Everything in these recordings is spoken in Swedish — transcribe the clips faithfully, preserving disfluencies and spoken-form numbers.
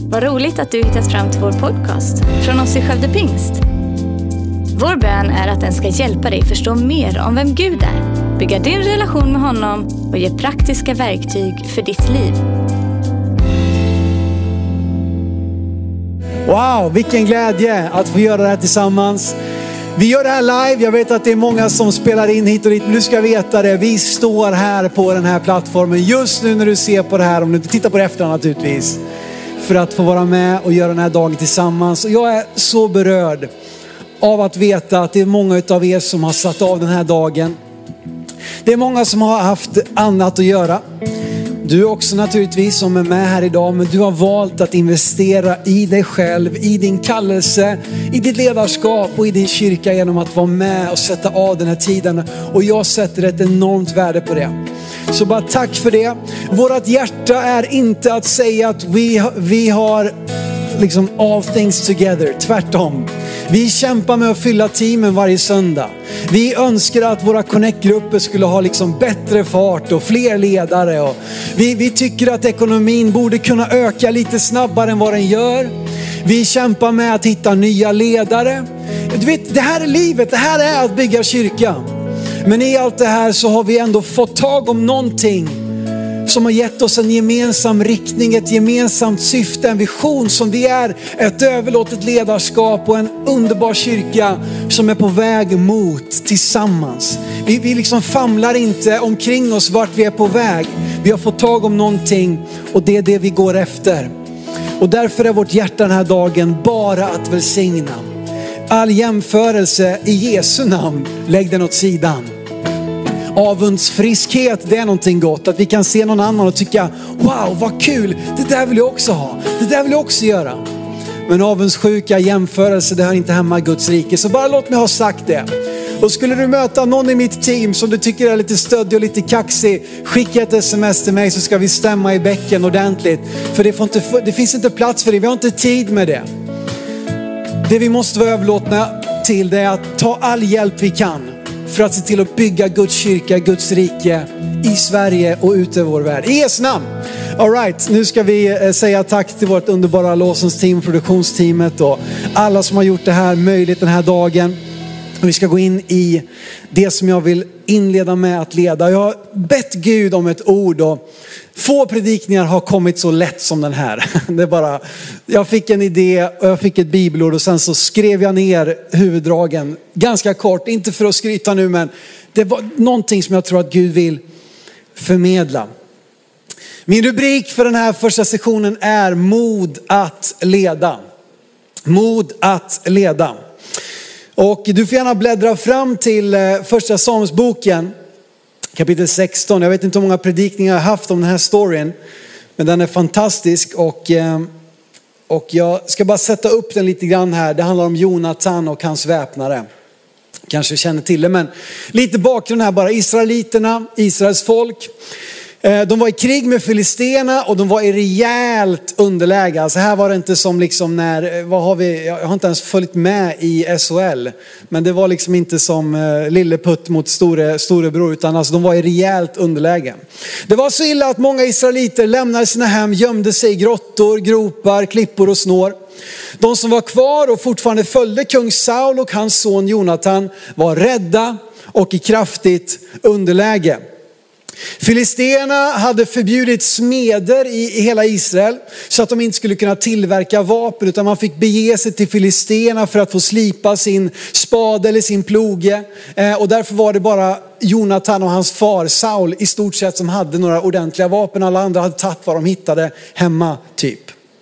Vad roligt att du hittat fram till vår podcast från oss i Skövde Pingst. Vår bön är att den ska hjälpa dig förstå mer om vem Gud är, bygga din relation med honom och ge praktiska verktyg för ditt liv. Wow, vilken glädje att få göra det här tillsammans. Vi gör det här live. Jag vet att det är många som spelar in hit och dit. Men du ska veta det. Vi står här på den här plattformen just nu när du ser på det här. Om du inte tittar på det efter naturligtvis. För att få vara med och göra den här dagen tillsammans. Och jag är så berörd av att veta att det är många av er som har satt av den här dagen. Det är många som har haft annat att göra. Du också naturligtvis som är med här idag, men du har valt att investera i dig själv, i din kallelse, i ditt ledarskap och i din kyrka genom att vara med och sätta av den här tiden. Och jag sätter ett enormt värde på det. Så bara tack för det. Vårat hjärta är inte att säga att vi, vi har liksom all things together, tvärtom. Vi kämpar med att fylla teamen varje söndag. Vi önskar att våra connect-grupper skulle ha liksom bättre fart och fler ledare. Och vi, vi tycker att ekonomin borde kunna öka lite snabbare än vad den gör. Vi kämpar med att hitta nya ledare. Du vet, det här är livet, det här är att bygga kyrka. Men i allt det här så har vi ändå fått tag om någonting som har gett oss en gemensam riktning, ett gemensamt syfte, en vision som vi är, ett överlåtet ledarskap och en underbar kyrka som är på väg mot tillsammans. Vi, vi liksom famlar inte omkring oss vart vi är på väg. Vi har fått tag om någonting och det är det vi går efter. Och därför är vårt hjärta den här dagen bara att välsigna. All jämförelse i Jesu namn, lägg den åt sidan. Avundsfriskhet, det är någonting gott. Att vi kan se någon annan och tycka, wow vad kul, det där vill jag också ha. Det där vill jag också göra. Men avundsjuka, jämförelse, det hör inte hemma i Guds rike. Så bara låt mig ha sagt det. Och skulle du möta någon i mitt team som du tycker är lite stöddig och lite kaxig, skicka ett sms till mig så ska vi stämma i bäcken ordentligt. För det, får inte, det finns inte plats för det, vi har inte tid med det. Det vi måste vara överlåtna till det är att ta all hjälp vi kan. För att se till att bygga Guds kyrka, Guds rike i Sverige och ut över vår värld. I Jesu namn. All right, nu ska vi säga tack till vårt underbara lovsångsteam, produktionsteamet och alla som har gjort det här möjligt den här dagen. Och vi ska gå in i det som jag vill inleda med att leda. Jag har bett Gud om ett ord och få predikningar har kommit så lätt som den här. Det är bara, jag fick en idé och jag fick ett bibelord och sen så skrev jag ner huvuddragen ganska kort. Inte för att skryta nu, men det var någonting som jag tror att Gud vill förmedla. Min rubrik för den här första sessionen är mod att leda. Mod att leda. Och du får gärna bläddra fram till första Samuelsboken, kapitel sexton. Jag vet inte hur många predikningar jag har haft om den här storyn, men den är fantastisk. Och, och jag ska bara sätta upp den lite grann här. Det handlar om Jonatan och hans väpnare. Kanske känner till det, men lite bakgrund här bara. Israeliterna, Israels folk. De var i krig med filisterna och de var i rejält underläge. Alltså här var det inte som liksom när, vad har vi, jag har inte ens följt med i S H L. Men det var liksom inte som lilleputt mot store, storebror, utan alltså de var i rejält underläge. Det var så illa att många israeliter lämnade sina hem, gömde sig i grottor, gropar, klippor och snår. De som var kvar och fortfarande följde kung Saul och hans son Jonatan var rädda och i kraftigt underläge. Filisterna hade förbjudit smeder i hela Israel så att de inte skulle kunna tillverka vapen, utan man fick bege sig till filisterna för att få slipa sin spade eller sin ploge. Och därför var det bara Jonatan och hans far Saul i stort sett som hade några ordentliga vapen. Alla andra hade tagit vad de hittade hemma typ.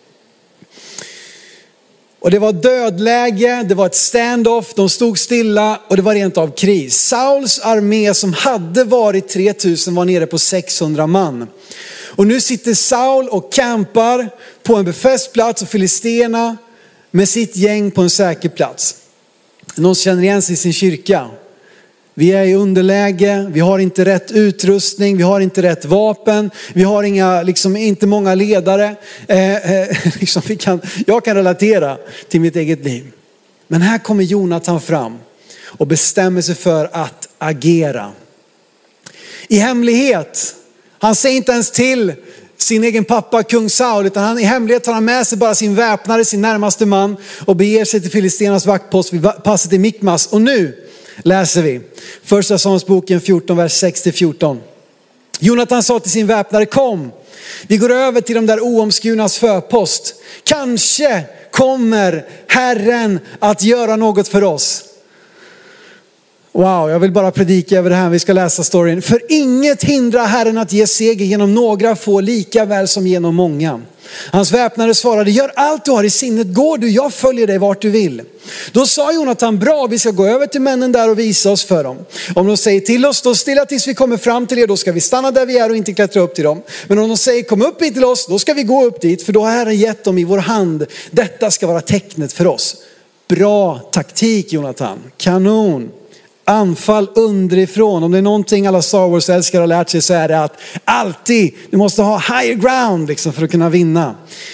Och det var dödläge, det var ett standoff, de stod stilla och det var rent av kris. Sauls armé som hade varit tre tusen var nere på sexhundra man. Och nu sitter Saul och campar på en befäst plats och filisterna med sitt gäng på en säker plats. Någon känner igen sig i sin kyrka. Vi är i underläge, vi har inte rätt utrustning, vi har inte rätt vapen, vi har inga, liksom, inte många ledare. Eh, eh, liksom vi kan, jag kan relatera till mitt eget liv. Men här kommer Jonatan fram och bestämmer sig för att agera. I hemlighet, han säger inte ens till sin egen pappa, kung Saul, utan han i hemlighet tar han med sig bara sin väpnare, sin närmaste man och beger sig till filisternas vaktpost vid passet i Mikmas. Och nu läser vi första Samuelsboken fjorton, vers sex till fjorton. Jonatan sa till sin väpnare, kom, vi går över till de där oomskurnas förpost. Kanske kommer Herren att göra något för oss. Wow, jag vill bara predika över det här. Vi ska läsa storyn. För inget hindrar Herren att ge seger genom några få lika väl som genom många. Hans väpnare svarade, gör allt du har i sinnet, går du, jag följer dig vart du vill. Då sa Jonatan, bra, vi ska gå över till männen där och visa oss för dem. Om de säger till oss, då stilla tills vi kommer fram till er, då ska vi stanna där vi är och inte klättra upp till dem. Men om de säger, kom upp hit till oss, då ska vi gå upp dit, för då har Herren gett dem i vår hand. Detta ska vara tecknet för oss. Bra taktik, Jonatan, kanon. Anfall underifrån. Om det är någonting alla Star Wars älskar har lärt sig så är det att alltid, du måste ha higher ground liksom för att kunna vinna.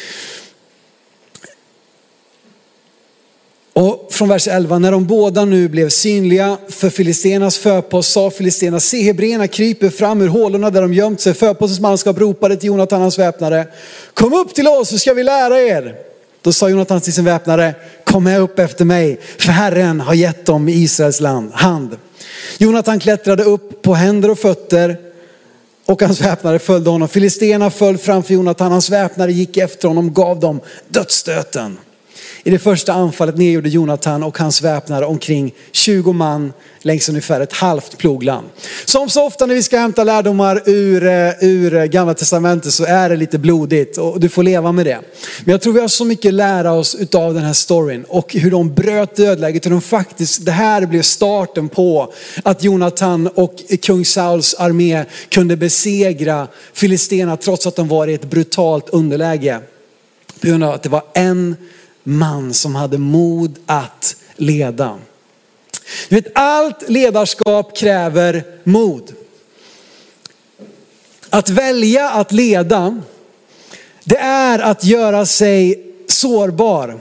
Och från vers elva, när de båda nu blev synliga för filisternas förpost sa filisterna, se hebreerna kryper fram ur hålorna där de gömt sig. Förpostens manskap ropade till Jonatan, hans väpnare, kom upp till oss så ska vi lära er. Då sa Jonatan till sin väpnare, kom med upp efter mig, för Herren har gett dem i Israels land, hand. Jonatan klättrade upp på händer och fötter och hans väpnare följde honom. Filisterna föll framför Jonatan, hans väpnare gick efter honom, gav dem dödsstöten. I det första anfallet nedgjorde Jonatan och hans väpnare omkring tjugo man längs ungefär ett halvt plogland. Som så ofta när vi ska hämta lärdomar ur, ur Gamla testamentet så är det lite blodigt och du får leva med det. Men jag tror vi har så mycket lära oss utav den här storyn och hur de bröt dödläget. Hur de faktiskt, det här blev starten på att Jonatan och kung Sauls armé kunde besegra filisterna trots att de var i ett brutalt underläge. På grund av att det var en man som hade mod att leda. Du vet, allt ledarskap kräver mod. Att välja att leda, det är att göra sig sårbar.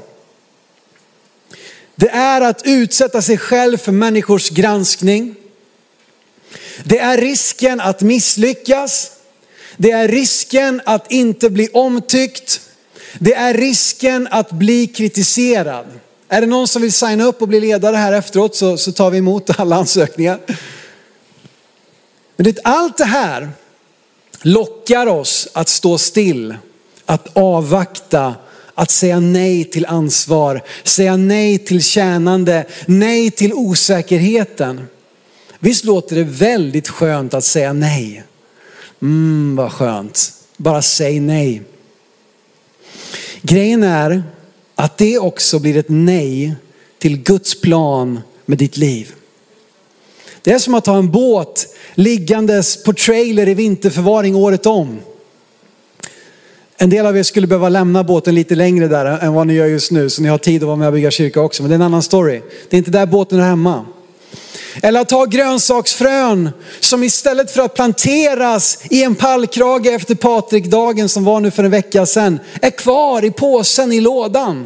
Det är att utsätta sig själv för människors granskning. Det är risken att misslyckas. Det är risken att inte bli omtyckt. Det är risken att bli kritiserad. Är det någon som vill signa upp och bli ledare här efteråt så, så tar vi emot alla ansökningar. Men det, allt det här lockar oss att stå still, att avvakta, att säga nej till ansvar, säga nej till tjänande, nej till osäkerheten. Visst låter det väldigt skönt att säga nej. Mm, vad skönt. Bara säg nej. Grejen är att det också blir ett nej till Guds plan med ditt liv. Det är som att ha en båt liggandes på trailer i vinterförvaring året om. En del av er skulle behöva lämna båten lite längre där än vad ni gör just nu. Så ni har tid att vara med och bygga kyrka också. Men det är en annan story. Det är inte där båten är hemma. Eller att ta grönsaksfrön som istället för att planteras i en pallkrage efter Patrikdagen som var nu för en vecka sedan är kvar i påsen i lådan.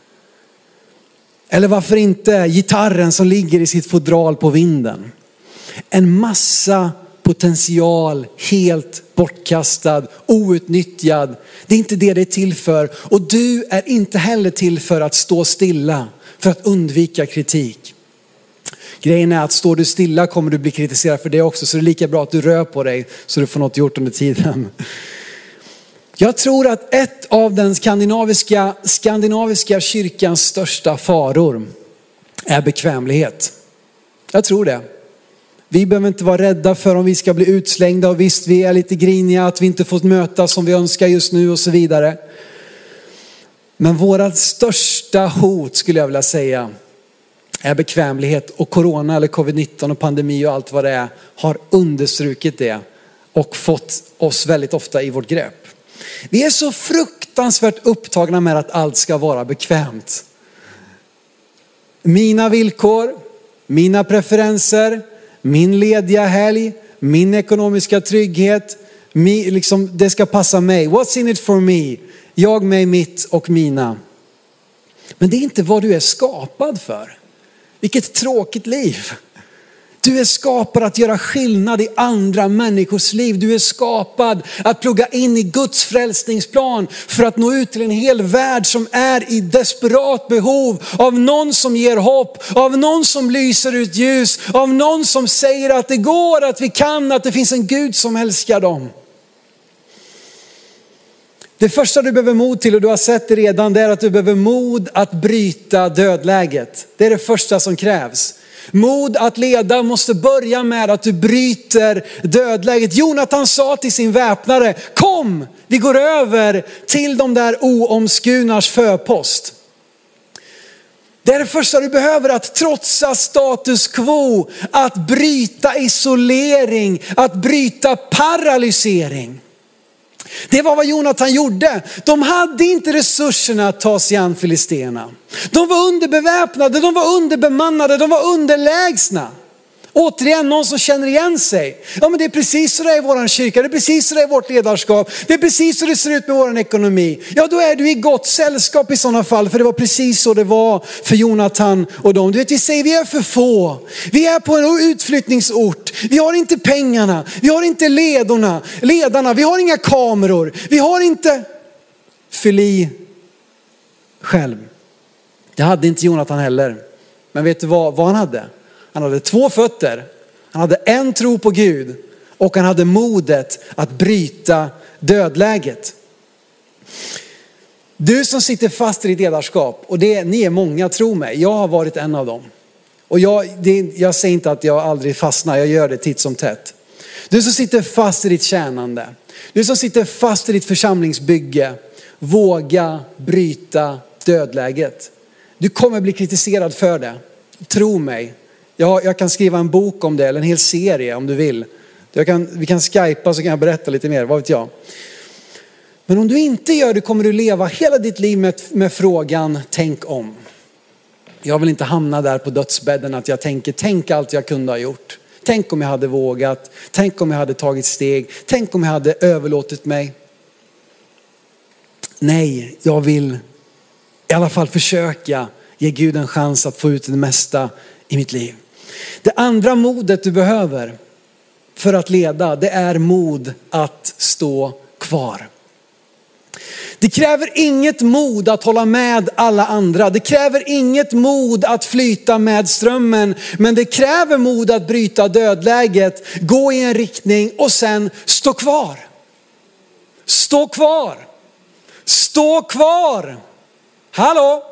Eller varför inte gitarren som ligger i sitt fodral på vinden. En massa potential helt bortkastad, outnyttjad. Det är inte det det är till för. Och du är inte heller till för att stå stilla, för att undvika kritik. Grejen är att står du stilla kommer du bli kritiserad för det också. Så det är lika bra att du rör på dig så du får något gjort under tiden. Jag tror att ett av den skandinaviska, skandinaviska kyrkans största faror är bekvämlighet. Jag tror det. Vi behöver inte vara rädda för om vi ska bli utslängda. Och visst, vi är lite griniga att vi inte fått mötas som vi önskar just nu och så vidare. Men våra största hot skulle jag vilja säga är bekvämlighet, och corona eller covid nitton och pandemi och allt vad det är har understrukit det och fått oss väldigt ofta i vårt grepp. Vi är så fruktansvärt upptagna med att allt ska vara bekvämt. Mina villkor, mina preferenser, min lediga helg, min ekonomiska trygghet, mi, liksom, det ska passa mig. What's in it for me? Jag, mig, mitt och mina. Men det är inte vad du är skapad för. Vilket tråkigt liv. Du är skapad att göra skillnad i andra människors liv. Du är skapad att plugga in i Guds frälsningsplan för att nå ut till en hel värld som är i desperat behov av någon som ger hopp, av någon som lyser ut ljus, av någon som säger att det går, att vi kan, att det finns en Gud som älskar dem. Det första du behöver mod till, och du har sett det redan, det är att du behöver mod att bryta dödläget. Det är det första som krävs. Mod att leda måste börja med att du bryter dödläget. Jonatan sa till sin väpnare: kom, vi går över till de där oomskurnas förpost. Det är det första du behöver, att trotsa status quo, att bryta isolering, att bryta paralysering. Det var vad Jonatan gjorde. De hade inte resurserna att ta sig an filisterna. De var underbeväpnade, de var underbemannade, de var underlägsna. Återigen, någon som känner igen sig. Ja, men det är precis så det är i våran kyrka, det är precis så det är i vårt ledarskap. Det är precis så det ser ut med våran ekonomi. Ja, då är du i gott sällskap i sådana fall, för det var precis så det var för Jonatan och dem. Du vet, vi säger vi är för få. Vi är på en utflyttningsort. Vi har inte pengarna, vi har inte ledorna, ledarna, vi har inga kameror. Vi har inte fyll i själv. Det hade inte Jonatan heller. Men vet du vad, vad han hade? Han hade två fötter, han hade en tro på Gud och han hade modet att bryta dödläget. Du som sitter fast i ditt ledarskap, och det, ni är många, tro mig, jag har varit en av dem. Och jag, det, jag säger inte att jag aldrig fastnar, jag gör det titt som tätt. Du som sitter fast i ditt tjänande, du som sitter fast i ditt församlingsbygge, våga bryta dödläget. Du kommer bli kritiserad för det, tro mig. Jag, jag kan skriva en bok om det, eller en hel serie om du vill. Jag kan, vi kan skypa så kan jag berätta lite mer, vad vet jag. Men om du inte gör det kommer du leva hela ditt liv med, med frågan, tänk om. Jag vill inte hamna där på dödsbädden att jag tänker, tänk allt jag kunde ha gjort. Tänk om jag hade vågat, tänk om jag hade tagit steg, tänk om jag hade överlåtit mig. Nej, jag vill i alla fall försöka ge Gud en chans att få ut det mesta i mitt liv. Det andra modet du behöver för att leda, det är mod att stå kvar. Det kräver inget mod att hålla med alla andra. Det kräver inget mod att flyta med strömmen. Men det kräver mod att bryta dödläget, gå i en riktning och sen stå kvar. Stå kvar. Stå kvar. Hallå?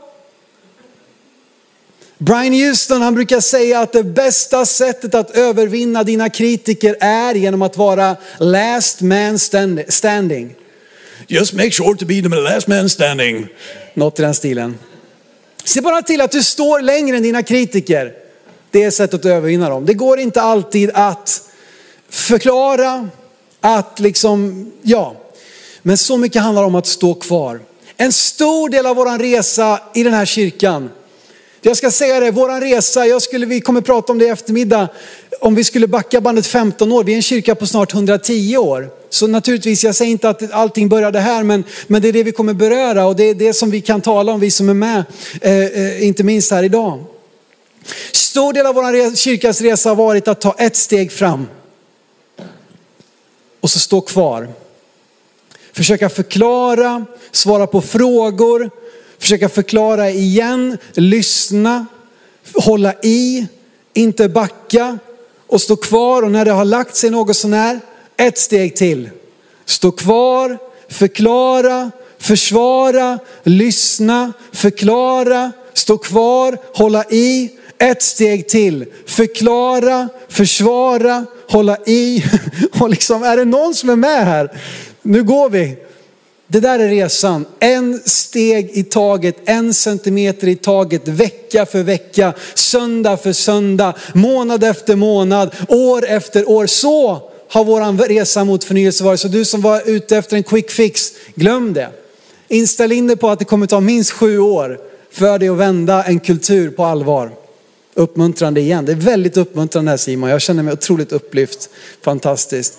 Brian Houston, han brukar säga att det bästa sättet att övervinna dina kritiker är genom att vara last man standing. Just make sure to be the last man standing. Något i den stilen. Se bara till att du står längre än dina kritiker. Det är sättet att övervinna dem. Det går inte alltid att förklara, att liksom, ja. Men så mycket handlar om att stå kvar. En stor del av våran resa i den här kyrkan. Jag ska säga det, våran resa, jag skulle, vi kommer prata om det i eftermiddag. Om vi skulle backa bandet femton år, vi är en kyrka på snart hundratio år. Så naturligtvis, jag säger inte att allting började här, men, men det är det vi kommer beröra. Och det är det som vi kan tala om, vi som är med, eh, inte minst här idag. Stor del av vår kyrkas resa har varit att ta ett steg fram. Och så stå kvar. Försöka förklara, svara på frågor. Försöka förklara igen, lyssna, hålla i, inte backa och stå kvar. Och när det har lagt sig något sån här, ett steg till. Stå kvar, förklara, försvara, lyssna, förklara, stå kvar, hålla i. Ett steg till. Förklara, försvara, hålla i. Och liksom, är det någon som är med här? Nu går vi. Det där är resan. En steg i taget, en centimeter i taget, vecka för vecka, söndag för söndag, månad efter månad, år efter år. Så har våran resa mot förnyelse varit. Så du som var ute efter en quick fix, glöm det. Inställ in dig på att det kommer ta minst sju år för dig att vända en kultur på allvar. Uppmuntrande igen. Det är väldigt uppmuntrande här, Simon. Jag känner mig otroligt upplyft. Fantastiskt.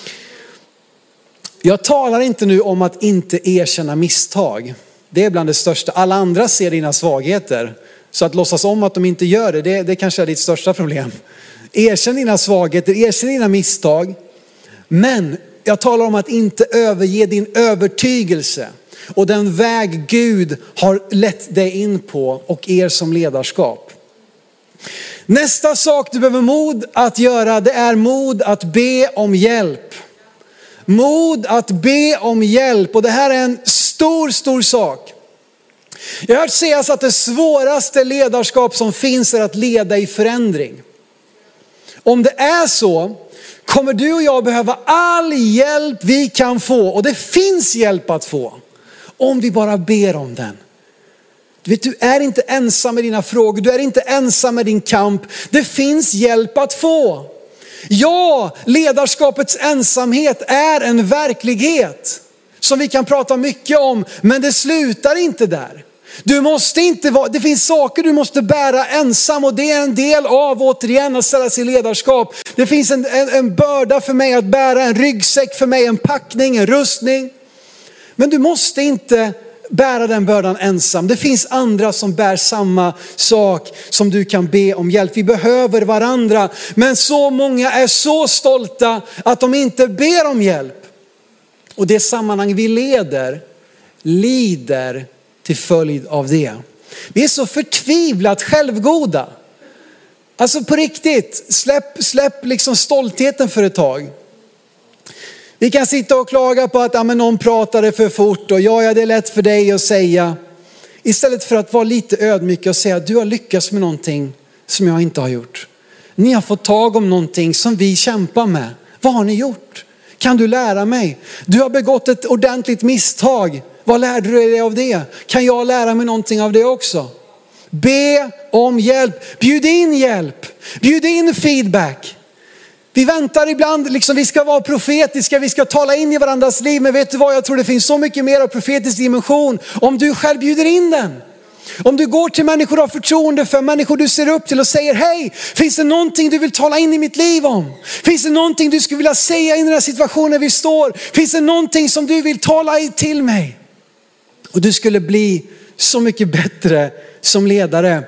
Jag talar inte nu om att inte erkänna misstag. Det är bland det största. Alla andra ser dina svagheter. Så att låtsas om att de inte gör det, det, det kanske är ditt största problem. Erkänn dina svagheter, erkänn dina misstag. Men jag talar om att inte överge din övertygelse och den väg Gud har lett dig in på och er som ledarskap. Nästa sak du behöver mod att göra, det är mod att be om hjälp. Mod att be om hjälp. Och det här är en stor, stor sak. Jag har hört sägas att det svåraste ledarskap som finns är att leda i förändring. Om det är så, kommer du och jag behöva all hjälp vi kan få. Och det finns hjälp att få. Om vi bara ber om den. Du vet, du är inte ensam med dina frågor. Du är inte ensam med din kamp. Det finns hjälp att få. Ja, ledarskapets ensamhet är en verklighet som vi kan prata mycket om. Men det slutar inte där. Du måste inte vara, det finns saker du måste bära ensam och det är en del av återigen att ställa sig i ledarskap. Det finns en, en, en börda för mig att bära, en ryggsäck för mig, en packning, en rustning. Men du måste inte bära den bördan ensam. Det finns andra som bär samma sak som du kan be om hjälp. Vi behöver varandra. Men så många är så stolta att de inte ber om hjälp. Och det sammanhang vi leder lider till följd av det. Vi är så förtvivlat självgoda. Alltså på riktigt, släpp, släpp liksom stoltheten för ett tag. Vi kan sitta och klaga på att ja, men någon pratade för fort och ja, ja, det är lätt för dig att säga. Istället för att vara lite ödmjuk och säga att du har lyckats med någonting som jag inte har gjort. Ni har fått tag om någonting som vi kämpar med. Vad har ni gjort? Kan du lära mig? Du har begått ett ordentligt misstag. Vad lärde du dig av det? Kan jag lära mig någonting av det också? Be om hjälp. Bjud in hjälp. Bjud in feedback. Vi väntar ibland, liksom vi ska vara profetiska, vi ska tala in i varandras liv. Men vet du vad, jag tror det finns så mycket mer av profetisk dimension om du själv bjuder in den. Om du går till människor du har förtroende för, människor du ser upp till och säger hej, finns det någonting du vill tala in i mitt liv om? Finns det någonting du skulle vilja säga i den här situationen vi står? Finns det någonting som du vill tala till mig? Och du skulle bli så mycket bättre som ledare.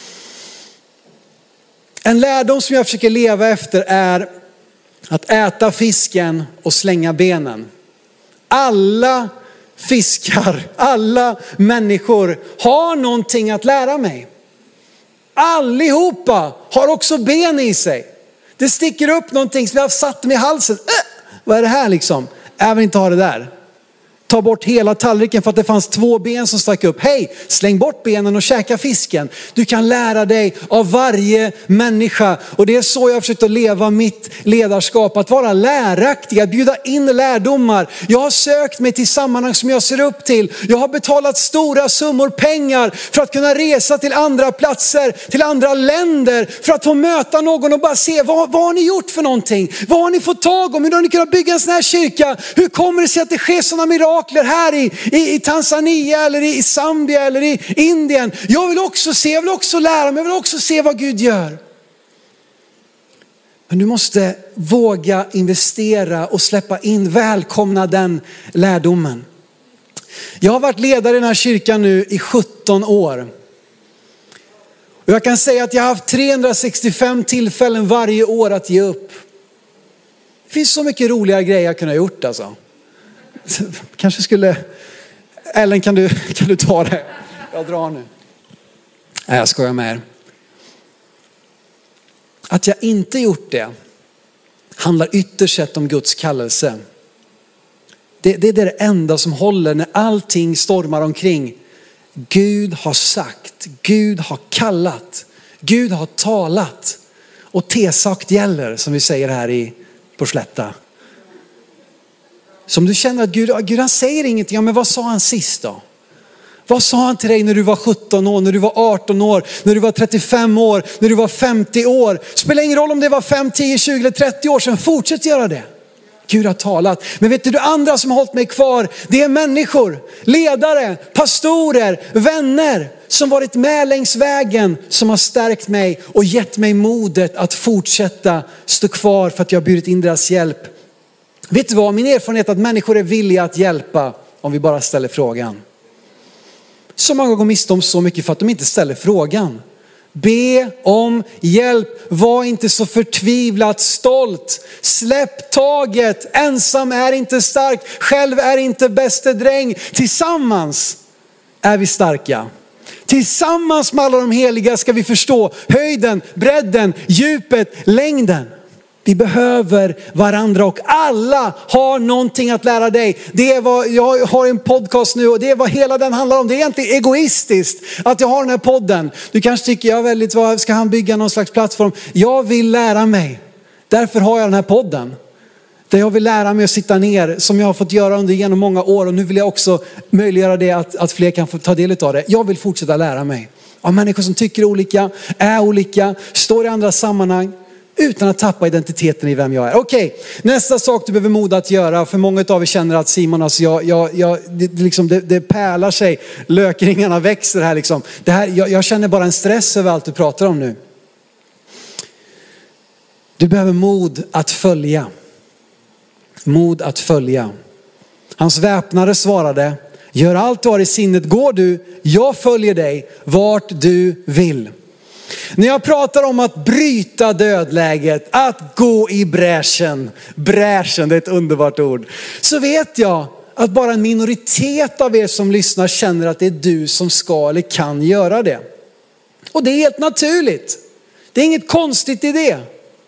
En lärdom som jag försöker leva efter är att äta fisken och slänga benen. Alla fiskar, alla människor har någonting att lära mig. Allihopa har också ben i sig. Det sticker upp någonting som jag har satt mig i halsen. Äh, vad är det här liksom? Jag vill inte ha det där. Ta bort hela tallriken för att det fanns två ben som stack upp. Hej, släng bort benen och käka fisken. Du kan lära dig av varje människa. Och det är så jag har försökt att leva mitt ledarskap. Att vara läraktig, att bjuda in lärdomar. Jag har sökt mig till sammanhang som jag ser upp till. Jag har betalat stora summor pengar för att kunna resa till andra platser, till andra länder. För att få möta någon och bara se, vad, vad har ni gjort för någonting? Vad har ni fått tag om? Hur har ni kunnat bygga en sån här kyrka? Hur kommer det sig att det sker sådana mirakel här i, i, i Tanzania eller i, i Zambia eller i Indien? Jag vill också se, jag vill också lära mig, jag vill också se vad Gud gör. Men du måste våga investera och släppa in, välkomna den lärdomen. Jag har varit ledare i den här kyrkan nu i sjutton år. Och jag kan säga att jag har haft trehundrasextiofem tillfällen varje år att ge upp. Det finns så mycket roliga grejer jag kunde ha gjort alltså. Kanske skulle, Ellen kan du, kan du ta det? Jag drar nu. Nej, jag skojar med er. Att jag inte gjort det handlar ytterst sett om Guds kallelse. Det, det är det enda som håller när allting stormar omkring. Gud har sagt, Gud har kallat, Gud har talat och tesagt gäller, som vi säger här i på Slätta. Som du känner att Gud, Gud han säger ingenting, ja, men vad sa han sist då? Vad sa han till dig när du var sjutton år, när du var arton år, när du var trettiofem år, när du var femtio år? Spelar ingen roll om det var fem, tio, tjugo eller trettio år sedan, fortsätt göra det. Gud har talat. Men vet du, det andra som har hållit mig kvar, det är människor, ledare, pastorer, vänner som varit med längs vägen, som har stärkt mig och gett mig modet att fortsätta stå kvar för att jag har bjudit in deras hjälp. Vet du vad, min erfarenhet är att människor är villiga att hjälpa om vi bara ställer frågan. Så många går miste om så mycket för att de inte ställer frågan. Be om hjälp. Var inte så förtvivlat stolt. Släpp taget. Ensam är inte stark. Själv är inte bäste dräng. Tillsammans är vi starka. Tillsammans med alla de heliga ska vi förstå höjden, bredden, djupet, längden. Vi behöver varandra och alla har någonting att lära dig. Det är vad jag har en podcast nu och det är vad hela den handlar om. Det är egentligen egoistiskt att jag har den här podden. Du kanske tycker jag väldigt, vad ska han bygga någon slags plattform? Jag vill lära mig. Därför har jag den här podden. Där jag vill lära mig att sitta ner som jag har fått göra under genom många år. Och nu vill jag också möjliggöra det att, att fler kan få ta del av det. Jag vill fortsätta lära mig av människor som tycker olika, är olika, står i andra sammanhang. Utan att tappa identiteten i vem jag är. Okej, nästa sak du behöver mod att göra. För många av er känner att Simon, alltså jag, jag, jag, det, liksom, det, det pärlar sig. Lökringarna växer här liksom. Det här, jag, jag känner bara en stress över allt du pratar om nu. Du behöver mod att följa. Mod att följa. Hans väpnare svarade: gör allt du har i sinnet, går du, jag följer dig vart du vill. När jag pratar om att bryta dödläget, att gå i bräschen, bräschen, det är ett underbart ord, så vet jag att bara en minoritet av er som lyssnar känner att det är du som ska eller kan göra det. Och det är helt naturligt. Det är inget konstigt i det.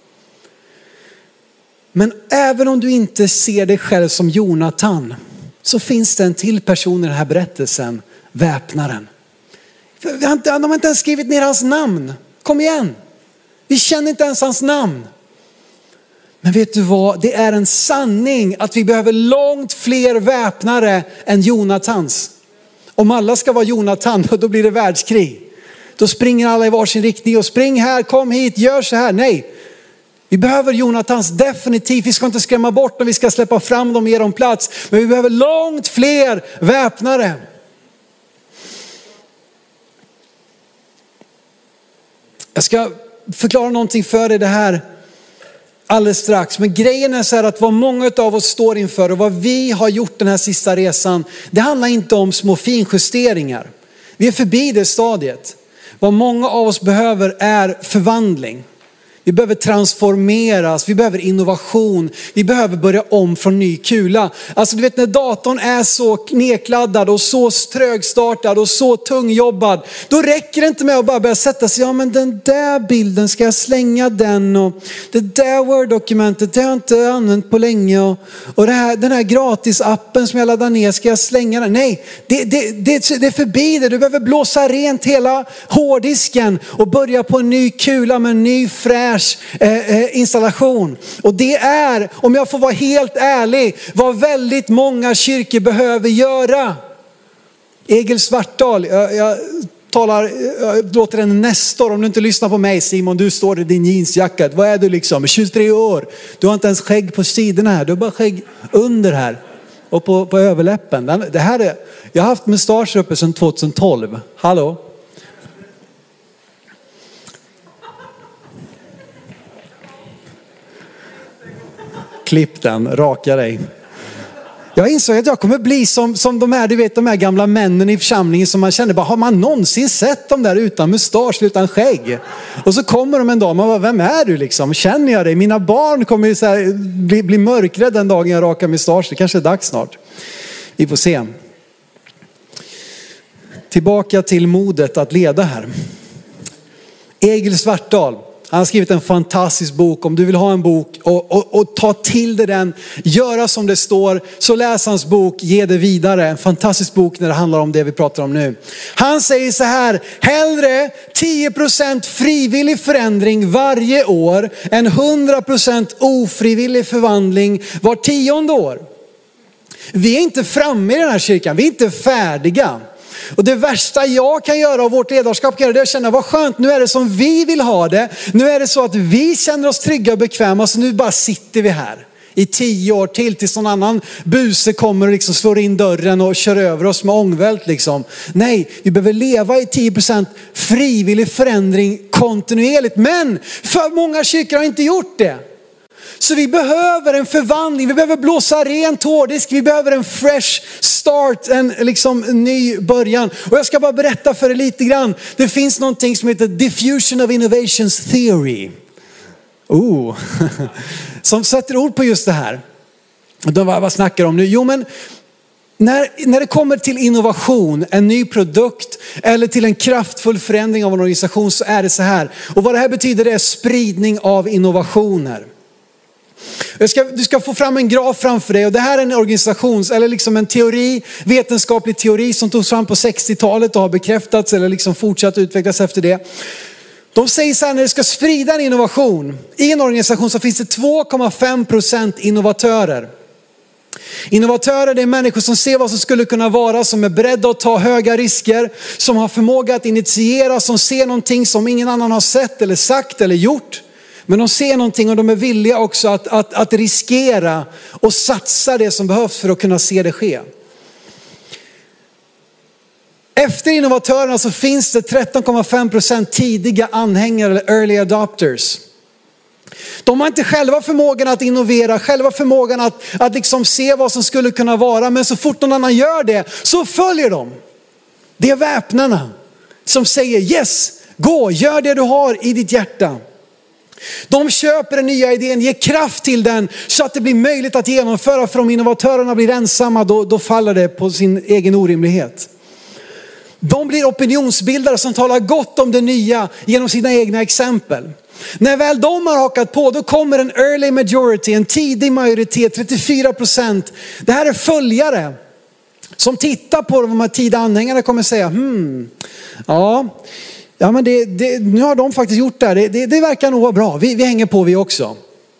Men även om du inte ser dig själv som Jonatan, så finns det en till person i den här berättelsen, väpnaren. De har inte ens skrivit ner hans namn. Kom igen. Vi känner inte ens hans namn. Men vet du vad? Det är en sanning att vi behöver långt fler väpnare än Jonatans. Om alla ska vara Jonatan, då blir det världskrig. Då springer alla i varsin riktning och spring här, kom hit, gör så här. Nej. Vi behöver Jonatans definitivt. Vi ska inte skrämma bort dem, vi ska släppa fram dem och ge dem plats. Men vi behöver långt fler väpnare. Jag ska förklara någonting för dig det här alldeles strax. Men grejen är så här att vad många av oss står inför och vad vi har gjort den här sista resan, det handlar inte om små finjusteringar. Vi är förbi det stadiet. Vad många av oss behöver är förvandling. Vi behöver transformeras, vi behöver innovation, vi behöver börja om från ny kula. Alltså du vet när datorn är så nedkladdad och så trögstartad och så tungjobbad, då räcker det inte med att bara börja sätta sig, ja men den där bilden, ska jag slänga den, och det där Word-dokumentet, det har jag inte använt på länge, och, och det här, den här gratisappen som jag laddar ner, ska jag slänga den? Nej, det, det, det, det är förbi det, du behöver blåsa rent hela hårddisken och börja på en ny kula med en ny fräsch installation. Och det är, om jag får vara helt ärlig, vad väldigt många kyrkor behöver göra. Egil Svartdal, jag, jag talar, jag låter en Nestor. Om du inte lyssnar på mig Simon, du står i din jeansjacka. Vad är du liksom? tjugotre år. Du har inte ens skägg på sidorna här. Du har bara skägg under här. Och på, på överläppen. Det här är, jag har haft mustasch uppe sedan tjugohundratolv. Hallå? Klipp den, raka dig. Jag insåg att jag kommer bli som, som de här, du vet, de här gamla männen i församlingen som man känner bara, har man någonsin sett dem där utan mustasch, utan skägg? Och så kommer de en dag, man bara, vem är du liksom? Känner jag dig? Mina barn kommer ju så här, bli, bli mörkrädda den dagen jag rakar mustasch. Det kanske är dags snart. Vi får se. Tillbaka till modet att leda här. Egil Svartdal. Han har skrivit en fantastisk bok. Om du vill ha en bok och, och, och ta till dig den, göra som det står, så läs hans bok, ge det vidare. En fantastisk bok när det handlar om det vi pratar om nu. Han säger så här: hellre tio procent frivillig förändring varje år än hundra procent ofrivillig förvandling var tionde år. Vi är inte framme i den här kyrkan, vi är inte färdiga. Och det värsta jag kan göra av vårt ledarskap kan göra det är att känna, vad skönt, nu är det som vi vill ha det. Nu är det så att vi känner oss trygga och bekväma, så nu bara sitter vi här i tio år till tills någon annan buse kommer och liksom slår in dörren och kör över oss med ångvält liksom. Nej, vi behöver leva i tio procent frivillig förändring kontinuerligt. Men för många kyrkor har inte gjort det. Så vi behöver en förvandling, vi behöver blåsa rent hårddisk, vi behöver en fresh start, en liksom ny början. Och jag ska bara berätta för er lite grann. Det finns någonting som heter diffusion of innovations theory. Oh. Som sätter ord på just det här. Då, vad, vad snackar de om nu? Jo men när, när det kommer till innovation, en ny produkt eller till en kraftfull förändring av en organisation, så är det så här. Och vad det här betyder, det är spridning av innovationer. Jag ska, du ska få fram en graf framför dig, och det här är en organisations eller liksom en teori, vetenskaplig teori som togs fram på sextiotalet och har bekräftats eller liksom fortsatt utvecklas efter det. De säger så här, när det ska sprida en innovation i en organisation så finns det två komma fem procent innovatörer. Innovatörer, det är människor som ser vad som skulle kunna vara, som är beredda att ta höga risker, som har förmåga att initiera, som ser någonting som ingen annan har sett eller sagt eller gjort. Men de ser någonting och de är villiga också att, att, att riskera och satsa det som behövs för att kunna se det ske. Efter innovatörerna så finns det tretton komma fem procent tidiga anhängare eller early adopters. De har inte själva förmågan att innovera, själva förmågan att, att liksom se vad som skulle kunna vara. Men så fort någon annan gör det så följer de. Det är väpnarna som säger yes, gå, gör det du har i ditt hjärta. De köper den nya idén, ger kraft till den så att det blir möjligt att genomföra. För om innovatörerna blir ensamma då, då faller det på sin egen orimlighet. De blir opinionsbildare som talar gott om det nya genom sina egna exempel. När väl de har hakat på, då kommer en early majority, en tidig majoritet, trettiofyra procent. Det här är följare som tittar på de här tidiga anhängarna kommer säga, hmm, ja, ja men det, det, nu har de faktiskt gjort det här. Det, det, det verkar nog vara bra. Vi, vi hänger på vi också.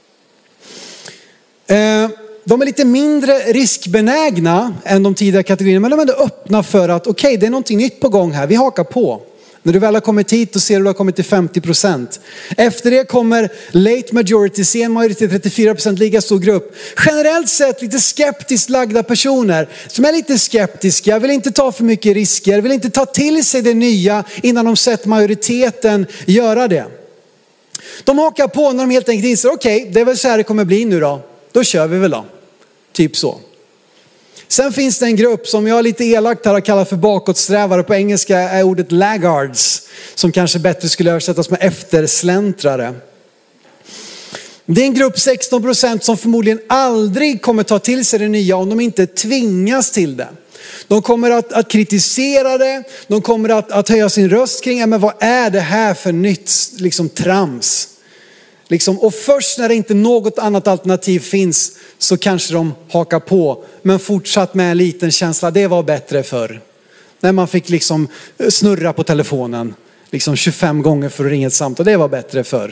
Eh, de är lite mindre riskbenägna än de tidiga kategorierna, men de är ändå öppna för att okej, okay, det är någonting nytt på gång här. Vi hakar på. När du väl har kommit hit och ser att du har kommit till femtio procent. Efter det kommer late majority, sen majoritet, trettiofyra procent, lika stor grupp. Generellt sett lite skeptiskt lagda personer som är lite skeptiska, vill inte ta för mycket risker, vill inte ta till sig det nya innan de sett majoriteten göra det. De hakar på när de helt enkelt inser, okej, okay, det är väl så här det kommer bli nu då. Då kör vi väl då. Typ så. Sen finns det en grupp som jag lite elakt har kallat för bakåtsträvare. På engelska är ordet laggards, som kanske bättre skulle översättas med eftersläntrare. Det är en grupp sexton procent som förmodligen aldrig kommer ta till sig det nya om de inte tvingas till det. De kommer att, att kritisera det, de kommer att, att höja sin röst kring, men vad är det här för nytt liksom trams? Liksom, och först när det inte något annat alternativ finns så kanske de hakar på. Men fortsatt med en liten känsla, det var bättre förr. När man fick liksom snurra på telefonen liksom tjugofem gånger för att ringa ett samtal, det var bättre förr.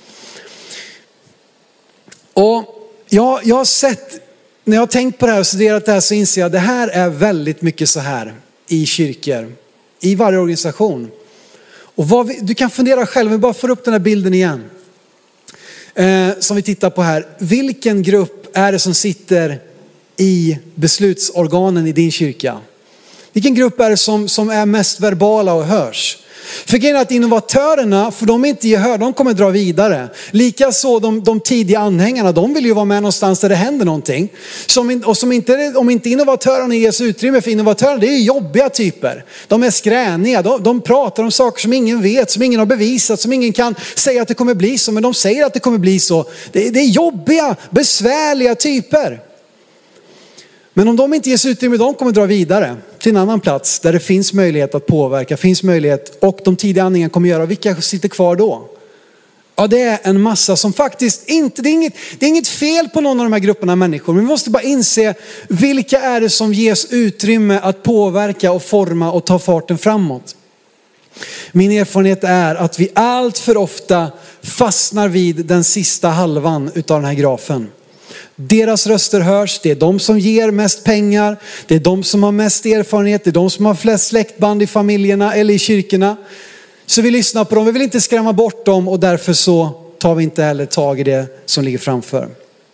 Och jag, jag har sett, när jag har tänkt på det här och studerat det här, så inser jag att det här är väldigt mycket så här i kyrkor, i varje organisation. Och vad vi, du kan fundera själv, vi bara får upp den här bilden igen. Eh, som vi tittar på här. Vilken grupp är det som sitter i beslutsorganen i din kyrka? Vilken grupp är det som, som är mest verbala och hörs? För grejen är att innovatörerna, för de är inte gehör, de kommer dra vidare. Likaså de, de tidiga anhängarna, de vill ju vara med någonstans där det händer någonting. Som, och som inte, om inte innovatörerna ges utrymme, för innovatörerna, det är jobbiga typer. De är skräniga, de, de pratar om saker som ingen vet, som ingen har bevisat, som ingen kan säga att det kommer bli så, men de säger att det kommer bli så. Det, det är jobbiga, besvärliga typer. Men om de inte ges utrymme, de kommer dra vidare till en annan plats där det finns möjlighet att påverka, finns möjlighet, och de tidiga andningarna kommer göra. Vilka sitter kvar då? Ja, det är en massa som faktiskt inte, det är inget, det är inget fel på någon av de här grupperna av människor. Men vi måste bara inse vilka är det som ges utrymme att påverka och forma och ta farten framåt. Min erfarenhet är att vi allt för ofta fastnar vid den sista halvan utav den här grafen. Deras röster hörs, det är de som ger mest pengar, det är de som har mest erfarenhet, det är de som har flest släktband i familjerna eller i kyrkorna. Så vi lyssnar på dem, vi vill inte skrämma bort dem, och därför så tar vi inte heller tag i det som ligger framför.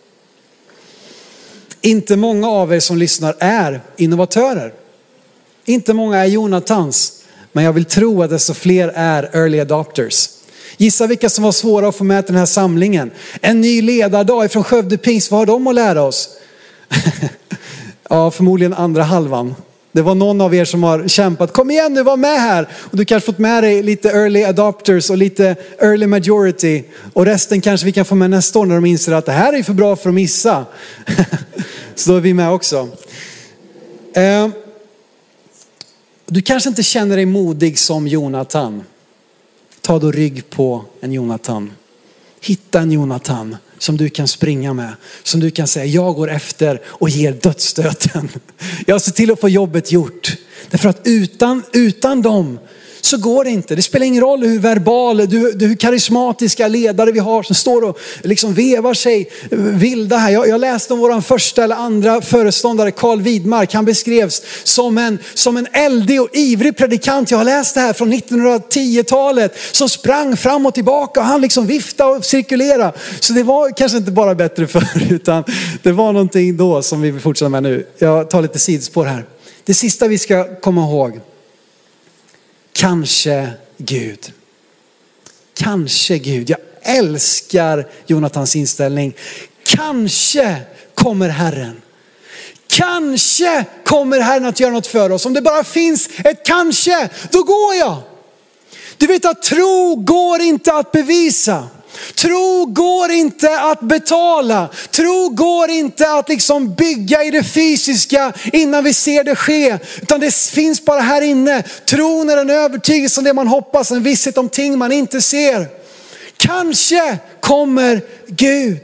Inte många av er som lyssnar är innovatörer. Inte många är Jonathans, men jag vill tro att desto fler är early adopters. Gissa vilka som var svåra att få med till den här samlingen. En ny ledardag ifrån Skövde Pingst. Vad har de att lära oss? Ja, förmodligen andra halvan. Det var någon av er som har kämpat. Kom igen nu, var med här. Och du kanske fått med dig lite early adopters och lite early majority. Och resten kanske vi kan få med nästa år när de inser att det här är för bra för att missa. Så då är vi med också. Eh, du kanske inte känner dig modig som Jonatan. Ta då rygg på en Jonatan. Hitta en Jonatan som du kan springa med. Som du kan säga, jag går efter och ger dödsstöten. Jag ser till att få jobbet gjort. Därför att utan, utan dem så går det inte. Det spelar ingen roll hur verbal, hur, hur karismatiska ledare vi har som står och liksom vevar sig vilda här. Jag, jag läste om våran första eller andra föreståndare, Carl Widmark. Han beskrevs som en, som en eldig och ivrig predikant. Jag har läst det här från nittonhundratio-talet som sprang fram och tillbaka. Och han liksom viftade och cirkulerade. Så det var kanske inte bara bättre förr, utan det var någonting då som vi vill fortsätta med nu. Jag tar lite sidospår här. Det sista vi ska komma ihåg. Kanske Gud. Kanske Gud. Jag älskar Jonathans inställning. Kanske kommer Herren. Kanske kommer Herren att göra något för oss. Om det bara finns ett kanske, då går jag. Du vet att tro går inte att bevisa. Tro går inte att betala. Tro går inte att liksom bygga i det fysiska innan vi ser det ske. Utan det finns bara här inne. Tron är en övertygelse om det man hoppas. En visshet om ting man inte ser. Kanske kommer Gud.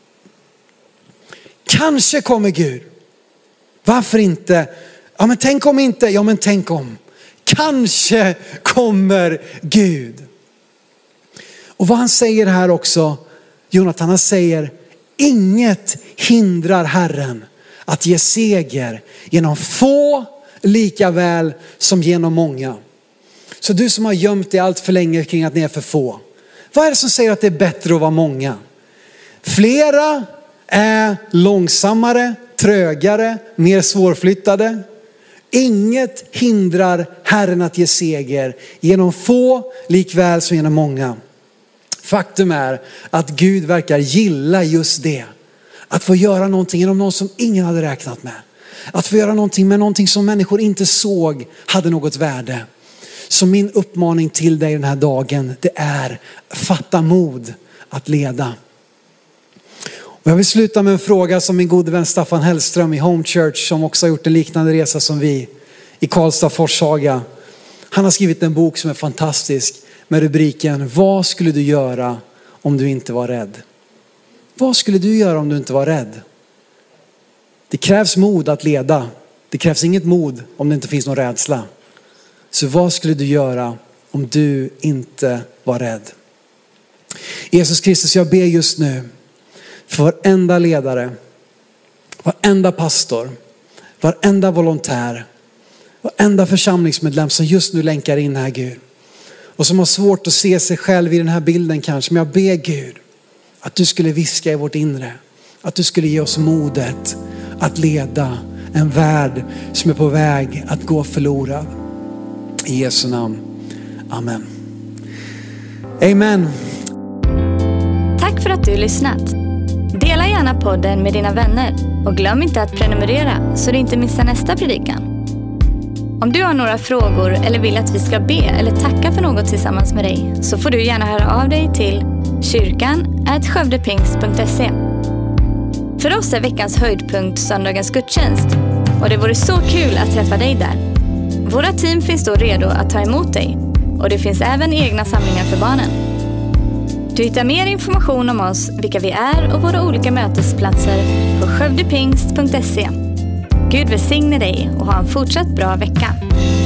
Kanske kommer Gud. Varför inte? Ja men tänk om inte. Ja men tänk om. Kanske kommer Gud. Och vad han säger här också, Jonatan, han säger, inget hindrar Herren att ge seger genom få lika väl som genom många. Så du som har gömt dig allt för länge kring att ni är för få. Vad är det som säger att det är bättre att vara många? Flera är långsammare, trögare, mer svårflyttade. Inget hindrar Herren att ge seger genom få likväl som genom många. Faktum är att Gud verkar gilla just det. Att få göra någonting genom någon som ingen hade räknat med. Att få göra någonting med någonting som människor inte såg hade något värde. Så min uppmaning till dig den här dagen, det är fatta mod att leda. Och jag vill sluta med en fråga som min gode vän Staffan Hellström i Home Church, som också har gjort en liknande resa som vi i Karlstad Forshaga. Han har skrivit en bok som är fantastisk. Med rubriken, vad skulle du göra om du inte var rädd? Vad skulle du göra om du inte var rädd? Det krävs mod att leda. Det krävs inget mod om det inte finns någon rädsla. Så vad skulle du göra om du inte var rädd? Jesus Kristus, jag ber just nu för varenda ledare, varenda pastor, varenda volontär, varenda församlingsmedlem som just nu länkar in här, Gud. Och som har svårt att se sig själv i den här bilden kanske. Men jag ber Gud att du skulle viska i vårt inre. Att du skulle ge oss modet att leda en värld som är på väg att gå förlorad. I Jesu namn. Amen. Amen. Tack för att du har lyssnat. Dela gärna podden med dina vänner. Och glöm inte att prenumerera så du inte missar nästa predikan. Om du har några frågor eller vill att vi ska be eller tacka för något tillsammans med dig, så får du gärna höra av dig till kyrkan at skövdepingst punkt se. För oss är veckans höjdpunkt söndagens gudstjänst, och det vore så kul att träffa dig där. Våra team finns då redo att ta emot dig, och det finns även egna samlingar för barnen. Du hittar mer information om oss, vilka vi är och våra olika mötesplatser på skövdepingst punkt se. Gud välsigne dig och ha en fortsatt bra vecka.